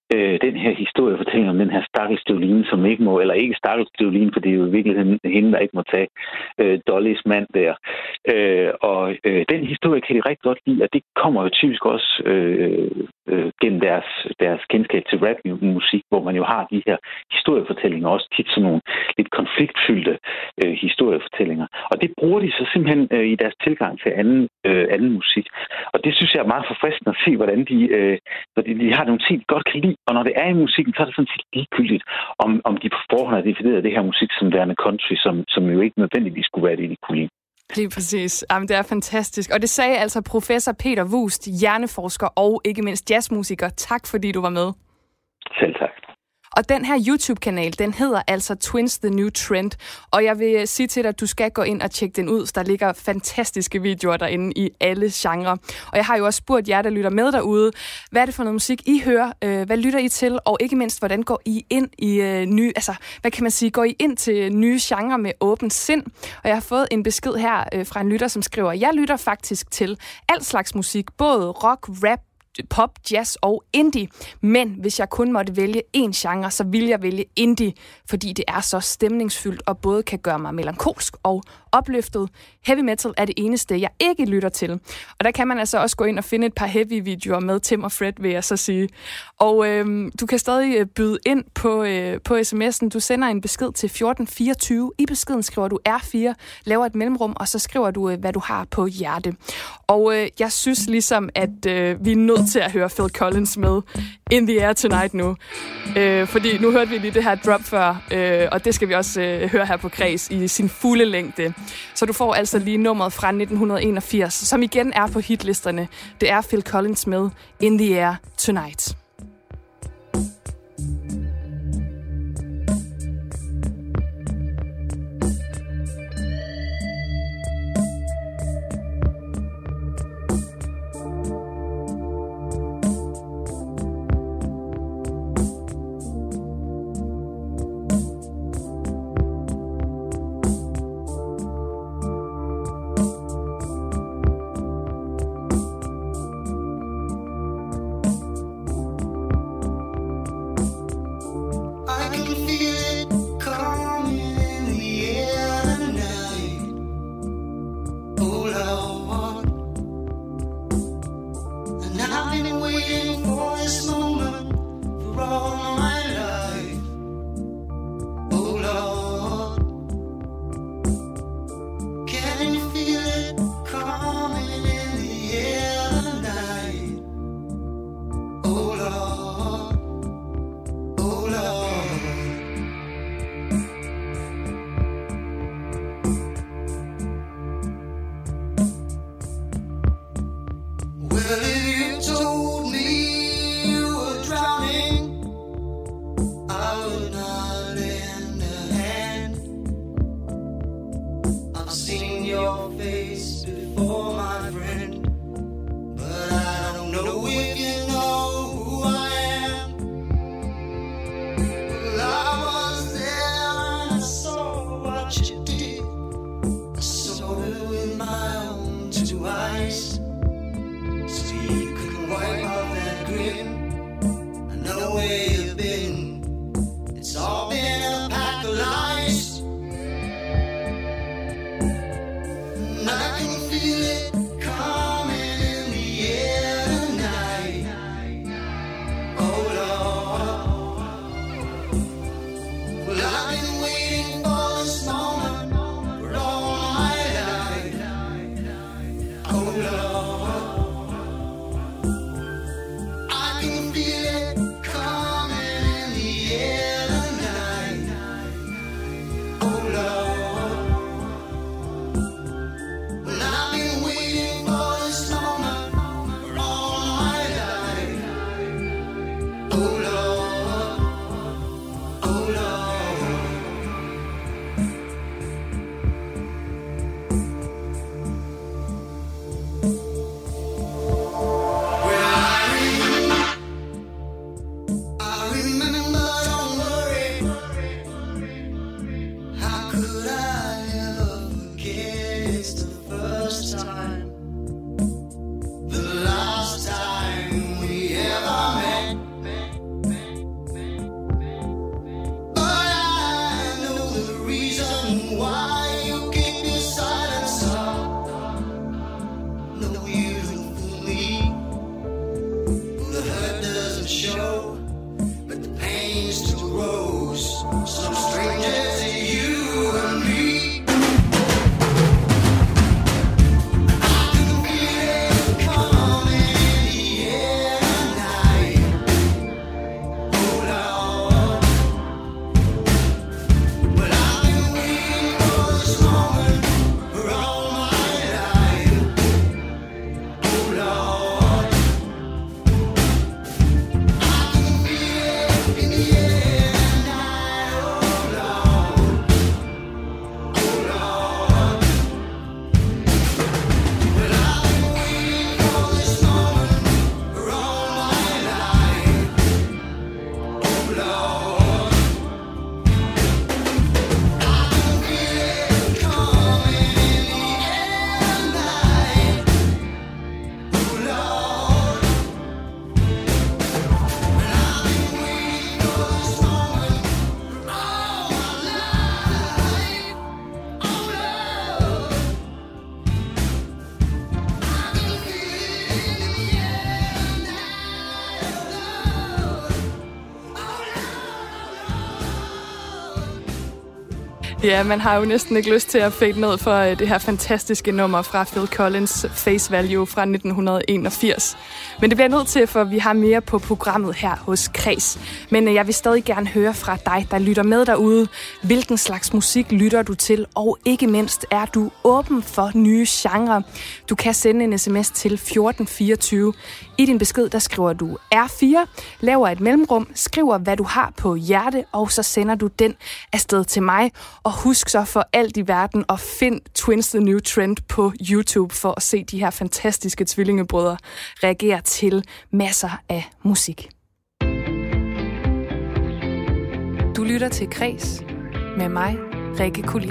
øh, den her historiefortælling om den her stakkels Jolene, som ikke må, eller ikke stakkels Jolene, for det er jo virkelig hende, der ikke må tage øh, Dollys mand der. Øh, og øh, den historie kan de rigtig godt lide, og det kommer jo typisk også øh, øh, gennem deres, deres kendskab til rapmusik, hvor man jo har de her historiefortællinger, også tit sådan nogle lidt konfliktfyldte øh, historiefortællinger. Og det bruger de så simpelthen øh, i deres tilgang til anden, øh, anden musik. Og det synes jeg er meget forfriskende at se, hvordan de, øh, de har nogle ting, de godt kan lide. Og når det er i musikken, så er det sådan set ligegyldigt, om, om de på forhånd har defineret det her musik som værende country, som, som jo ikke nødvendigvis skulle være det, de kunne lide. Lige præcis. Jamen, det er fantastisk. Og det sagde altså professor Peter Vuust, hjerneforsker og ikke mindst jazzmusiker. Tak fordi du var med. Selv tak. Og den her YouTube-kanal, den hedder altså Twins The New Trend. Og jeg vil sige til dig, at du skal gå ind og tjekke den ud. Der ligger fantastiske videoer derinde i alle genrer. Og jeg har jo også spurgt jer, der lytter med derude, hvad er det for noget musik, I hører? Hvad lytter I til? Og ikke mindst, hvordan går I ind i uh, nye, altså, hvad kan man sige, går I ind til nye genrer med åbent sind? Og jeg har fået en besked her uh, fra en lytter, som skriver, jeg lytter faktisk til al slags musik, både rock, rap, pop, jazz og indie. Men hvis jeg kun måtte vælge én genre, så vil jeg vælge indie, fordi det er så stemningsfyldt og både kan gøre mig melankolsk og opløftet. Heavy metal er det eneste, jeg ikke lytter til. Og der kan man altså også gå ind og finde et par heavy-videoer med Tim og Fred, vil jeg så sige. Og øhm, du kan stadig byde ind på, øh, på sms'en. Du sender en besked til fjorten fireogtyve. I beskeden skriver du R fire, laver et mellemrum, og så skriver du, øh, hvad du har på hjerte. Og øh, jeg synes ligesom, at øh, vi er nødt til at høre Phil Collins med In the Air Tonight nu. Øh, fordi nu hørte vi lige det her drop før, øh, og det skal vi også øh, høre her på Kreds i sin fulde længde. Så du får altså lige nummeret fra nitten enogfirs, som igen er på hitlisterne. Det er Phil Collins med In the Air Tonight. Ja, man har jo næsten ikke lyst til at fade ned for det her fantastiske nummer fra Phil Collins, Face Value fra nitten enogfirs. Men det bliver nødt til, for vi har mere på programmet her hos Kres. Men jeg vil stadig gerne høre fra dig, der lytter med derude. Hvilken slags musik lytter du til? Og ikke mindst, er du åben for nye genrer? Du kan sende en sms til fjorten fireogtyve. I din besked, der skriver du R fire, laver et mellemrum, skriver, hvad du har på hjerte, og så sender du den afsted til mig. Og husk så for alt i verden at find Twins The New Trend på YouTube for at se de her fantastiske tvillingebrødre reagere til masser af musik. Du lytter til Kres med mig, Rikke Kulin.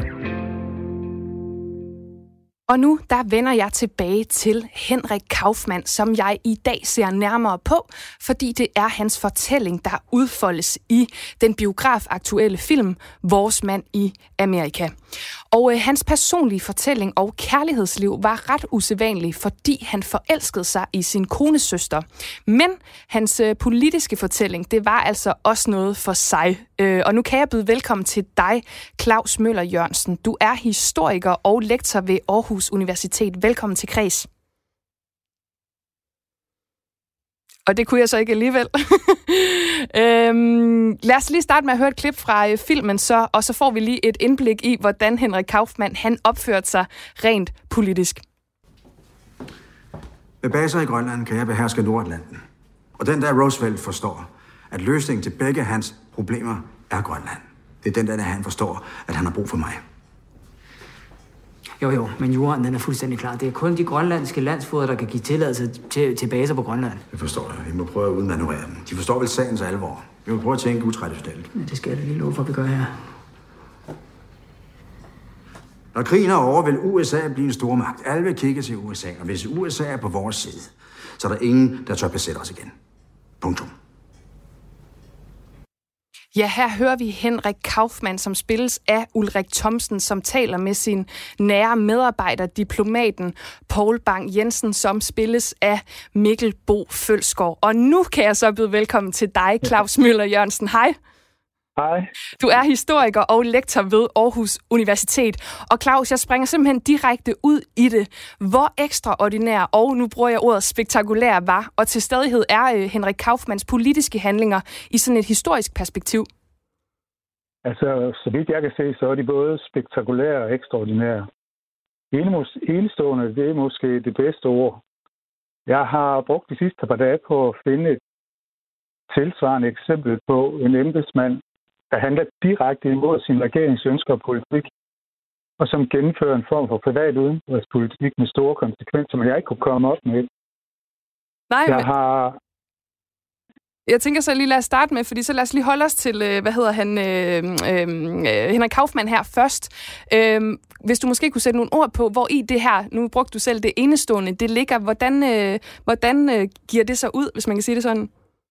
Og nu, der vender jeg tilbage til Henrik Kaufmann, som jeg i dag ser nærmere på, fordi det er hans fortælling, der udfoldes i den biografaktuelle film Vores mand i Amerika. Og øh, hans personlige fortælling og kærlighedsliv var ret usædvanlig, fordi han forelskede sig i sin kones søster. Men hans øh, politiske fortælling, det var altså også noget for sig. Øh, og nu kan jeg byde velkommen til dig, Claus Møller Jørgensen. Du er historiker og lektor ved Aarhus Universitet. Velkommen til Kres. Og det kunne jeg så ikke alligevel. øhm, lad os lige starte med at høre et klip fra øh, filmen, så, og så får vi lige et indblik i, hvordan Henrik Kaufmann han opførte sig rent politisk. Med baser i Grønland kan jeg beherske Nordatlanten. Og den der Roosevelt forstår, at løsningen til begge hans problemer er Grønland. Det er den der, der han forstår, at han har brug for mig. Jo, jo, men jorden den er fuldstændig klar. Det er kun de grønlandske landsfogeder, der kan give tilladelse til, til baser på Grønland. Det forstår jeg. Vi må prøve at udmanøvrere dem. De forstår vel sagens alvor. Vi må prøve at tænke utraditionelt. Ja, det skal jeg lige love for, at vi gør her. Når krigen er over, vil U S A blive en stormagt. Alle vil kigge til U S A, og hvis U S A er på vores side, så er der ingen, der tør besætte os igen. Punktum. Ja, her hører vi Henrik Kaufmann, som spilles af Ulrik Thomsen, som taler med sin nære medarbejder, diplomaten Poul Bang Jensen, som spilles af Mikkel Bo Følsgaard. Og nu kan jeg så byde velkommen til dig, Claus Møller Jørgensen. Hej. Hej. Du er historiker og lektor ved Aarhus Universitet. Og Claus, jeg springer simpelthen direkte ud i det. Hvor ekstraordinær, og nu bruger jeg ordet spektakulær, var, og til stadighed er Henrik Kaufmanns politiske handlinger i sådan et historisk perspektiv? Altså, så vidt jeg kan se, så er de både spektakulære og ekstraordinære. Enestående, det er måske det bedste ord. Jeg har brugt de sidste par dage på at finde et tilsvarende eksempel på en embedsmand, der handler direkte imod sin regerings ønsker og politik, og som gennemfører en form for privat udenrigspolitik med store konsekvenser, men jeg ikke kunne komme op med. Nej, jeg men... har... Jeg tænker så lige lad os starte med, fordi så lad os lige holde os til, hvad hedder han, øh, øh, Henrik Kaufmann her først. Øh, hvis du måske kunne sætte nogle ord på, hvor i det her, nu brugte du selv det enestående, det ligger, hvordan, øh, hvordan øh, giver det sig ud, hvis man kan sige det sådan?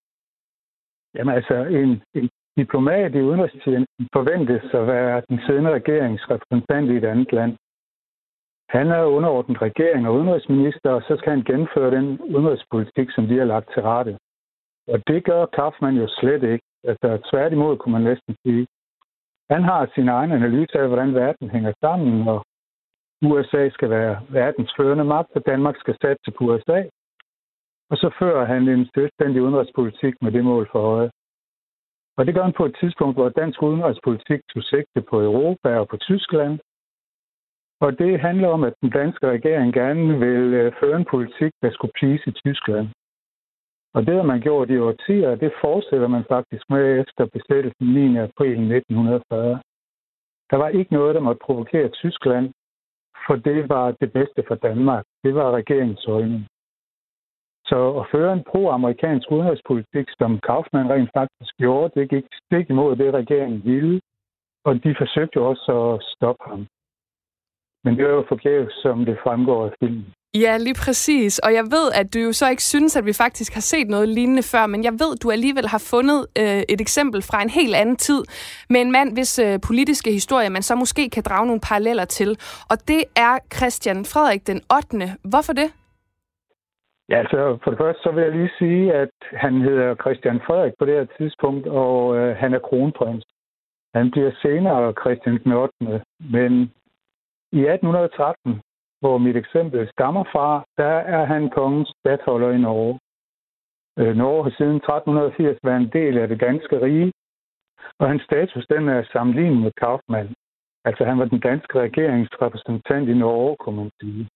Jamen altså, en, en diplomat i udenrigstjenesten forventes at være den siddende regeringsrepræsentant i et andet land. Han er underordnet regering og udenrigsminister, og så skal han gennemføre den udenrigspolitik, som de har lagt til rette. Og det gør Kaufmann jo slet ikke. Altså tværtimod kunne man næsten sige. Han har sin egen analyse af, hvordan verden hænger sammen, og U S A skal være verdens førende magt, og Danmark skal satse på U S A. Og så fører han en selvstændig udenrigspolitik med det mål for øje. Og det gør han på et tidspunkt, hvor dansk udenrigspolitik tog sigte på Europa og på Tyskland. Og det handler om, at den danske regering gerne vil føre en politik, der skulle please i Tyskland. Og det har man gjort i årtier, og det fortsætter man faktisk med efter besættelsen niende april nitten fyrre. Der var ikke noget, der måtte provokere Tyskland, for det var det bedste for Danmark. Det var regeringens holdning. Så at føre en pro-amerikansk udenrigspolitik, som Kaufmann rent faktisk gjorde, det gik stik imod det, regeringen ville, og de forsøgte jo også at stoppe ham. Men det var jo forgæves, som det fremgår af filmen. Ja, lige præcis. Og jeg ved, at du jo så ikke synes, at vi faktisk har set noget lignende før, men jeg ved, at du alligevel har fundet øh, et eksempel fra en helt anden tid med en mand, hvis øh, politiske historie man så måske kan drage nogle paralleller til. Og det er Christian Frederik den ottende. Hvorfor det? Ja, altså for det første så vil jeg lige sige, at han hedder Christian Frederik på det her tidspunkt, og øh, han er kronprins. Han bliver senere Christian den ottende. Men i atten tretten, hvor mit eksempel stammer fra, der er han kongens statholder i Norge. Øh, Norge har siden tretten firs været en del af det danske rige, og hans status den er sammenlignet med Kaufmann. Altså han var den danske regeringsrepræsentant i Norge, kunne man sige.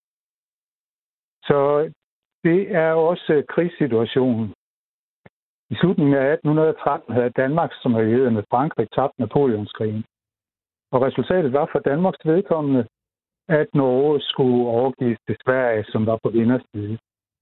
Så det er også krigssituationen. I slutningen af atten tretten havde Danmark, som allierede med Frankrig, tabt Napoleonskrigen. Og resultatet var for Danmarks vedkommende, at Norge skulle overgives til Sverige, som var på vinders side.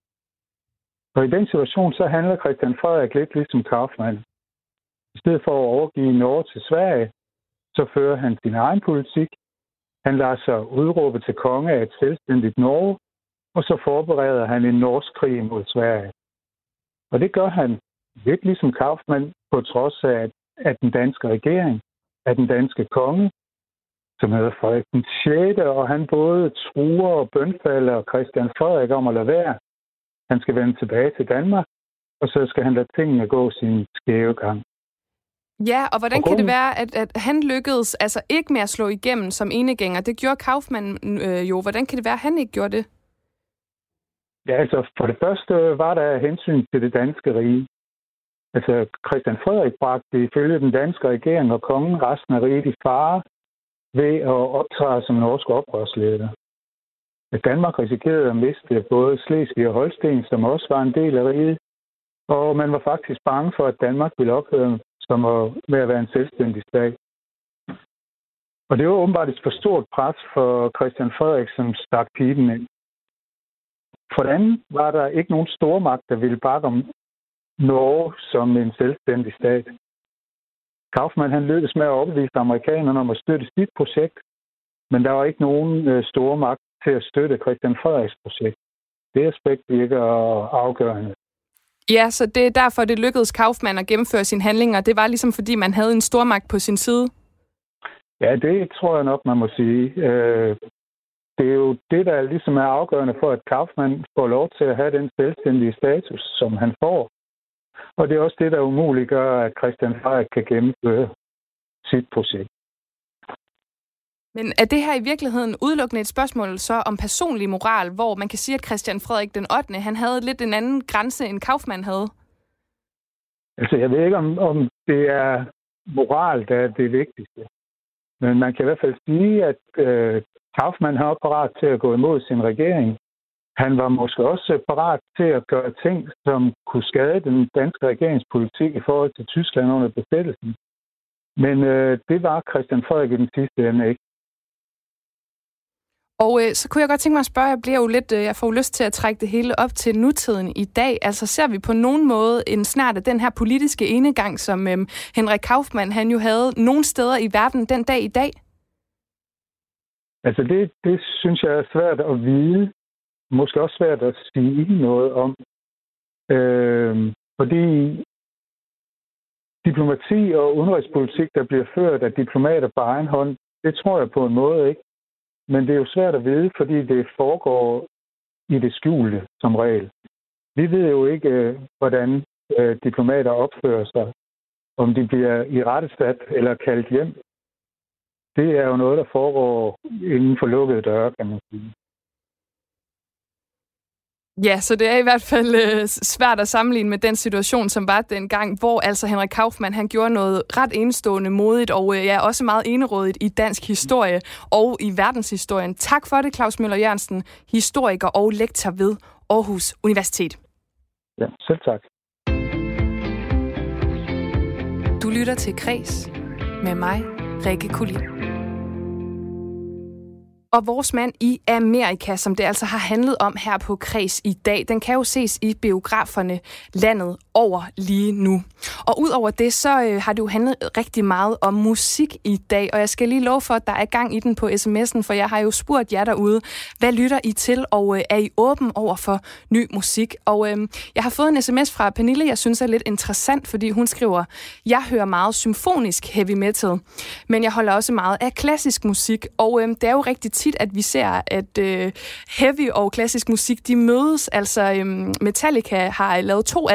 Og i den situation, så handler Christian Frederik lidt ligesom Kaufmann. I stedet for at overgive Norge til Sverige, så fører han sin egen politik. Han lader sig udråbe til konge af et selvstændigt Norge, og så forbereder han en norsk krig mod Sverige. Og det gør han lidt ligesom Kaufmann, på trods af, at den danske regering, af den danske konge, som hedder Frederik den sjette, og han både truer og bønfalder Christian Frederik om at lade være. Han skal vende tilbage til Danmark, og så skal han lade tingene gå sin skæve gang. Ja, og hvordan og kan det være, at, at han lykkedes altså ikke med at slå igennem som enegænger? Det gjorde Kaufmann øh, jo. Hvordan kan det være, at han ikke gjorde det? Ja, altså for det første var der hensyn til det danske rige. Altså Christian Frederik bragte ifølge den danske regering og kongen resten af riget i fare ved at optræde som norsk oprørsleder. At Danmark risikerede at miste både Slesvig og Holsten, som også var en del af riget, og man var faktisk bange for, at Danmark ville ophøre som at, med at være en selvstændig stat. Og det var åbenbart et for stort pres for Christian Frederik, som stak piben ind. For det andet var der ikke nogen stormagt, der ville bakke om Norge som en selvstændig stat. Kaufmann han lykkedes med at overbevise amerikanerne om at støtte sit projekt, men der var ikke nogen øh, stormagt til at støtte Christian Frederiks projekt. Det aspekt virker afgørende. Ja, så det er derfor, det lykkedes Kaufmann at gennemføre sine handlinger. Det var ligesom, fordi man havde en stormagt på sin side? Ja, det tror jeg nok, man må sige. Øh, det er jo det, der ligesom er afgørende for, at Kaufmann får lov til at have den selvstændige status, som han får. Og det er også det, der umuliggør, at Christian Frederik kan gennemføre sit projekt. Men er det her i virkeligheden udelukkende et spørgsmål så om personlig moral, hvor man kan sige, at Christian Frederik den ottende, han havde lidt en anden grænse, end Kaufmann havde? Altså, jeg ved ikke, om, om det er moral, der er det vigtigste. Men man kan i hvert fald sige, at øh, Kaufmann har parat til at gå imod sin regering. Han var måske også parat til at gøre ting, som kunne skade den danske regeringspolitik i forhold til Tyskland under besættelsen. Men øh, det var Christian Frederik i den sidste ende ikke. Og øh, så kunne jeg godt tænke mig at spørge, jeg bliver jo lidt, øh, jeg får lyst til at trække det hele op til nutiden i dag. Altså ser vi på nogen måde en snart af den her politiske enegang, som øh, Henrik Kaufmann han jo havde nogle steder i verden den dag i dag? Altså det, det synes jeg er svært at vide. Måske også svært at sige noget om. Øh, fordi diplomati og udenrigspolitik, der bliver ført af diplomater på egen hånd, det tror jeg på en måde ikke. Men det er jo svært at vide, fordi det foregår i det skjulte som regel. Vi ved jo ikke, hvordan diplomater opfører sig, om de bliver irettesat eller kaldt hjem. Det er jo noget, der foregår inden for lukkede døre, kan man sige. Ja, så det er i hvert fald øh, svært at sammenligne med den situation, som var dengang, hvor altså Henrik Kaufmann han gjorde noget ret enestående, modigt og øh, ja, også meget enerådigt i dansk historie og i verdenshistorien. Tak for det, Claus Møller Jørgensen, historiker og lektor ved Aarhus Universitet. Ja, selv tak. Du lytter til Kres med mig, Rikke Kulin. Og vores mand i Amerika, som det altså har handlet om her på Kres i dag, den kan jo ses i biograferne landet over lige nu. Og udover det, så øh, har det jo handlet rigtig meget om musik i dag, og jeg skal lige love for, at der er gang i den på sms'en, for jeg har jo spurgt jer derude, hvad lytter I til, og øh, er I åben over for ny musik? Og øh, jeg har fået en sms fra Pernille, jeg synes er lidt interessant, fordi hun skriver, jeg hører meget symfonisk heavy metal, men jeg holder også meget af klassisk musik, og øh, det er jo rigtig tit, at vi ser, at øh, heavy og klassisk musik, de mødes. Altså, øh, Metallica har lavet to album nu,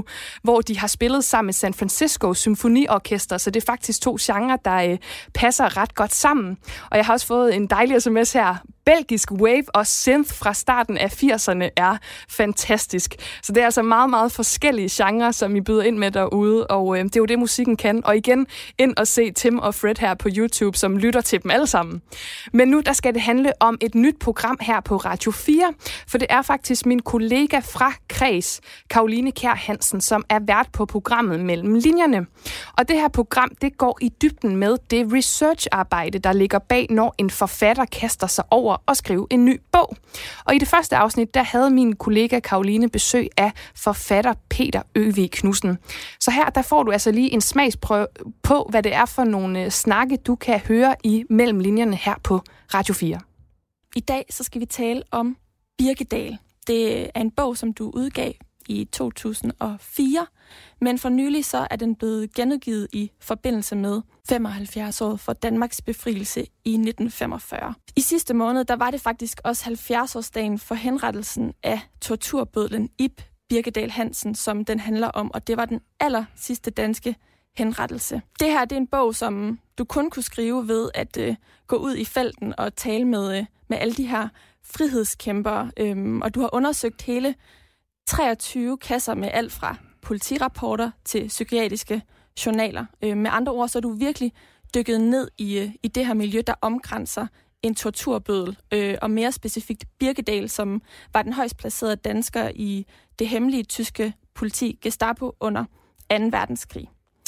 nu, hvor de har spillet sammen med San Francisco Symfoniorkester, så det er faktisk to genrer, der øh, passer ret godt sammen. Og jeg har også fået en dejlig sms her. Belgisk wave og synth fra starten af firserne er fantastisk. Så det er altså meget, meget forskellige genrer, som I byder ind med derude, og øh, det er jo det, musikken kan. Og igen, ind og se Tim og Fred her på YouTube, som lytter til dem alle sammen. Men nu, der skal det handle om et nyt program her på Radio fire, for det er faktisk min kollega fra Kreds, Caroline Kjær Hansen, som er vært på programmet Mellem Linjerne. Og det her program, det går i dybden med det researcharbejde, der ligger bag, når en forfatter kaster sig over og skrive en ny bog. Og i det første afsnit, der havde min kollega Caroline besøg af forfatter Peter Øvig Knudsen. Så her, der får du altså lige en smagsprøve på, hvad det er for nogle snakke, du kan høre i Mellem Linjerne her på Radio fire. I dag så skal vi tale om Birkedal. Det er en bog, som du udgav i to tusind og fire, men for nylig så er den blevet genudgivet i forbindelse med femoghalvfjerds-året for Danmarks befrielse i nitten femogfyrre. I sidste måned, der var det faktisk også halvfjerds-årsdagen for henrettelsen af torturbødlen Ib Birkedal Hansen, som den handler om, og det var den aller sidste danske henrettelse. Det her, det er en bog, som du kun kunne skrive ved at øh, gå ud i felten og tale med, øh, med alle de her frihedskæmpere, øhm, og du har undersøgt hele treogtyve kasser med alt fra politirapporter til psykiatriske journaler. Øh, med andre ord, så er du virkelig dykket ned i, øh, i det her miljø, der omkranser en torturbødel, øh, og mere specifikt Birkedal, som var den højst placerede dansker i det hemmelige tyske politi Gestapo under anden verdenskrig.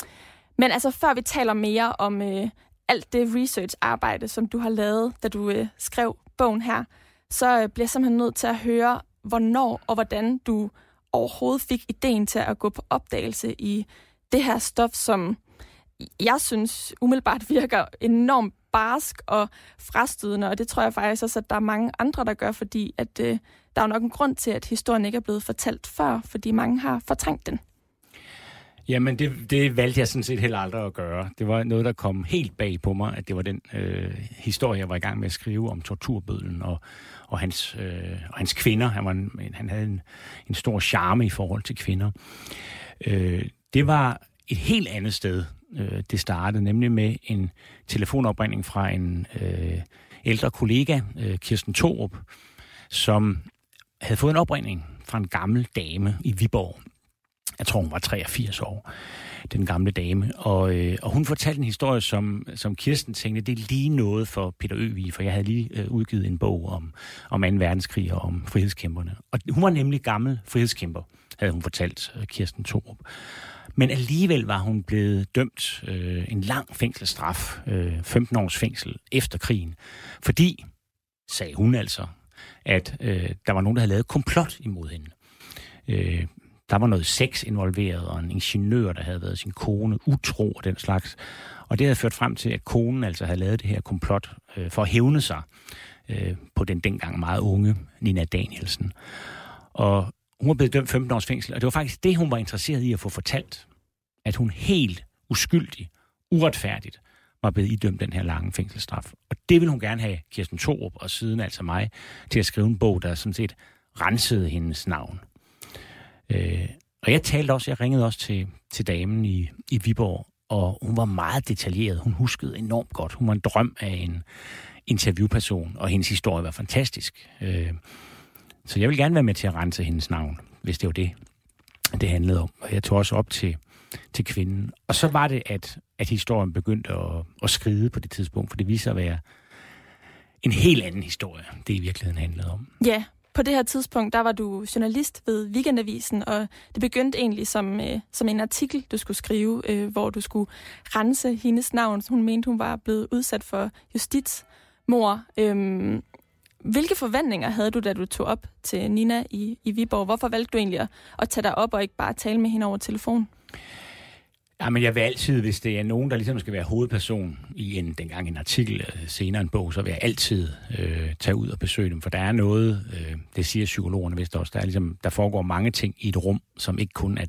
Men altså, før vi taler mere om øh, alt det research-arbejde, som du har lavet, da du øh, skrev bogen her, så øh, bliver jeg simpelthen nødt til at høre, hvornår og hvordan du overhovedet fik ideen til at gå på opdagelse i det her stof, som jeg synes umiddelbart virker enormt barsk og frastødende, og det tror jeg faktisk også, at der er mange andre, der gør, fordi at, øh, der er jo nok en grund til, at historien ikke er blevet fortalt før, fordi mange har fortrængt den. Jamen, det, det valgte jeg sådan set heller aldrig at gøre. Det var noget, der kom helt bag på mig, at det var den øh, historie, jeg var i gang med at skrive om torturbødlen og, og, hans, øh, og hans kvinder. Han, var en, han havde en, en stor charme i forhold til kvinder. Øh, det var et helt andet sted, øh, det startede, nemlig med en telefonopringning fra en øh, ældre kollega, øh, Kirsten Thorup, som havde fået en opringning fra en gammel dame i Viborg. Jeg tror, hun var treogfirs år, den gamle dame. Og, øh, og hun fortalte en historie, som, som Kirsten tænkte, det er lige noget for Peter Øvig, for jeg havde lige øh, udgivet en bog om, om anden verdenskrig og om frihedskæmperne. Og hun var nemlig gammel frihedskæmper, havde hun fortalt, øh, Kirsten Thorup. Men alligevel var hun blevet dømt øh, en lang fængselsstraf, øh, femten års fængsel efter krigen, fordi, sagde hun altså, at øh, der var nogen, der havde lavet komplot imod hende. Øh, Der var noget sex involveret, og en ingeniør, der havde været sin kone utro og den slags. Og det havde ført frem til, at konen altså havde lavet det her komplot øh, for at hævne sig øh, på den dengang meget unge Nina Danielsen. Og hun var blevet dømt femten års fængsel, og det var faktisk det, hun var interesseret i at få fortalt. At hun helt uskyldig, uretfærdigt, var blevet idømt den her lange fængselsstraf. Og det ville hun gerne have Kirsten Thorup og siden altså mig til at skrive en bog, der sådan set rensede hendes navn. Øh, og jeg talte også, jeg ringede også til, til damen i, i Viborg, og hun var meget detaljeret. Hun huskede enormt godt. Hun var en drøm af en interviewperson, og hendes historie var fantastisk. Øh, så jeg vil gerne være med til at rense hendes navn, hvis det var det, det handlede om. Og jeg tog også op til, til kvinden. Og så var det, at, at historien begyndte at, at skride på det tidspunkt, for det viste sig at være en helt anden historie, det i virkeligheden handlede om. Ja. På det her tidspunkt, der var du journalist ved Weekendavisen, og det begyndte egentlig som, øh, som en artikel, du skulle skrive, øh, hvor du skulle rense hendes navn. Hun mente, hun var blevet udsat for justitsmord. Øhm, hvilke forventninger havde du, da du tog op til Nina i, i Viborg? Hvorfor valgte du egentlig at, at tage dig op og ikke bare tale med hende over telefon? Ja, men jeg vil altid, hvis det er nogen, der ligesom skal være hovedperson i en, dengang en artikel, senere en bog, så vil jeg altid øh, tage ud og besøge dem, for der er noget, øh, det siger psykologerne vist også, der, er ligesom, der foregår mange ting i et rum, som ikke kun er det,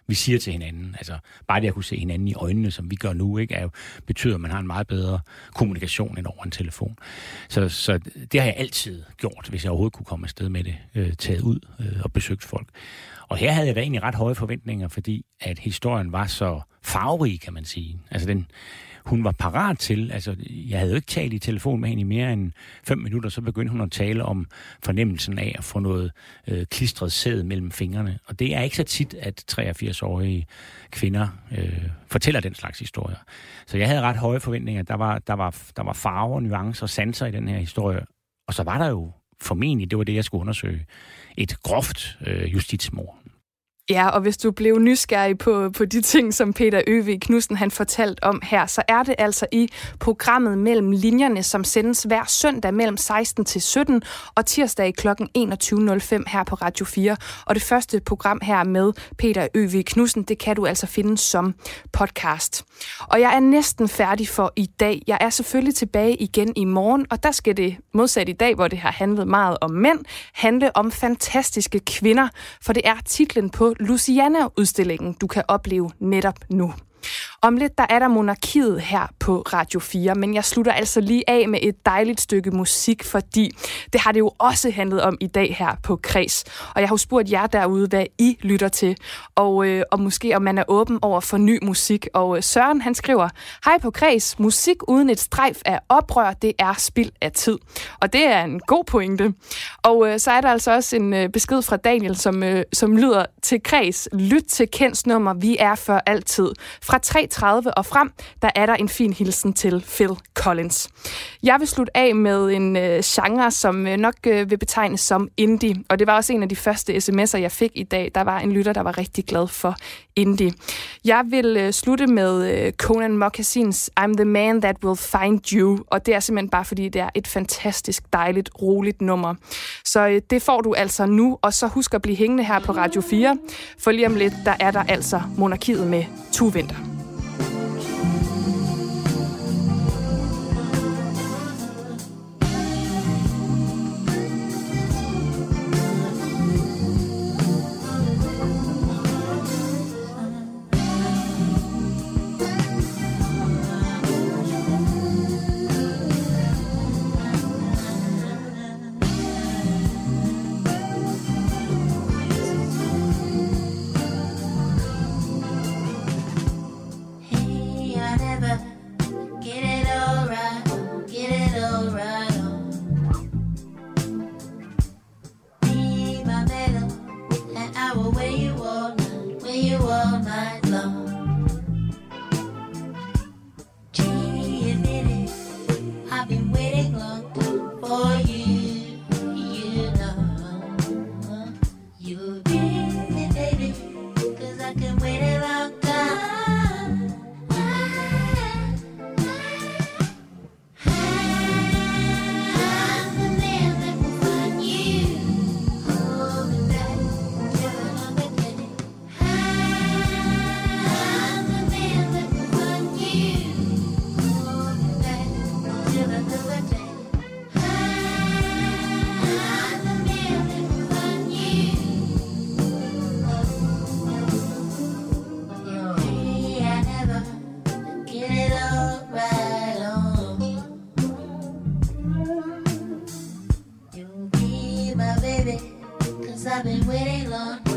vi siger til hinanden. Altså, bare det at kunne se hinanden i øjnene, som vi gør nu, ikke, er jo, betyder, at man har en meget bedre kommunikation end over en telefon. Så, så det har jeg altid gjort, hvis jeg overhovedet kunne komme afsted med det, øh, taget ud øh, og besøgt folk. Og her havde jeg da egentlig ret høje forventninger, fordi at historien var så farverig, kan man sige. Altså, den, hun var parat til, altså, jeg havde jo ikke talt i telefon med hende i mere end fem minutter, så begyndte hun at tale om fornemmelsen af at få noget øh, klistret sæd mellem fingrene. Og det er ikke så tit, at treogfirs-årige kvinder øh, fortæller den slags historier. Så jeg havde ret høje forventninger. Der var, der var, der var farver, nuancer og sanser i den her historie. Og så var der jo formentlig, det var det, jeg skulle undersøge, et groft øh, justitsmord. Ja, og hvis du blev nysgerrig på, på de ting, som Peter Øvig Knudsen han fortalt om her, så er det altså i programmet Mellem Linjerne, som sendes hver søndag mellem seksten til sytten og tirsdag klokken enogtyve nul fem her på Radio fire. Og det første program her med Peter Øvig Knudsen, det kan du altså finde som podcast. Og jeg er næsten færdig for i dag. Jeg er selvfølgelig tilbage igen i morgen, og der skal det modsat i dag, hvor det har handlet meget om mænd, handle om fantastiske kvinder, for det er titlen på Luciana-udstillingen, du kan opleve netop nu. Om lidt, der er der monarkiet her på Radio fire, men jeg slutter altså lige af med et dejligt stykke musik, fordi det har det jo også handlet om i dag her på Kreds. Og jeg har jo spurgt jer derude, hvad I lytter til, og, øh, og måske om man er åben over for ny musik. Og øh, Søren, han skriver, hej på Kreds, musik uden et strejf af oprør, det er spild af tid. Og det er en god pointe. Og øh, så er der altså også en øh, besked fra Daniel, som, øh, som lyder til Kreds, lyt til Kents nummer, vi er for altid. Fra tre tredive og frem, der er der en fin hilsen til Phil Collins. Jeg vil slutte af med en øh, genre, som øh, nok øh, vil betegnes som indie. Og det var også en af de første sms'er, jeg fik i dag. Der var en lytter, der var rigtig glad for indie. Jeg vil øh, slutte med øh, Conan Moccasins I'm the man that will find you. Og det er simpelthen bare, fordi det er et fantastisk, dejligt, roligt nummer. Så øh, det får du altså nu. Og så husk at blive hængende her på Radio fire. For lige om lidt, der er der altså monarkiet med Tue Winther. I've been waiting long.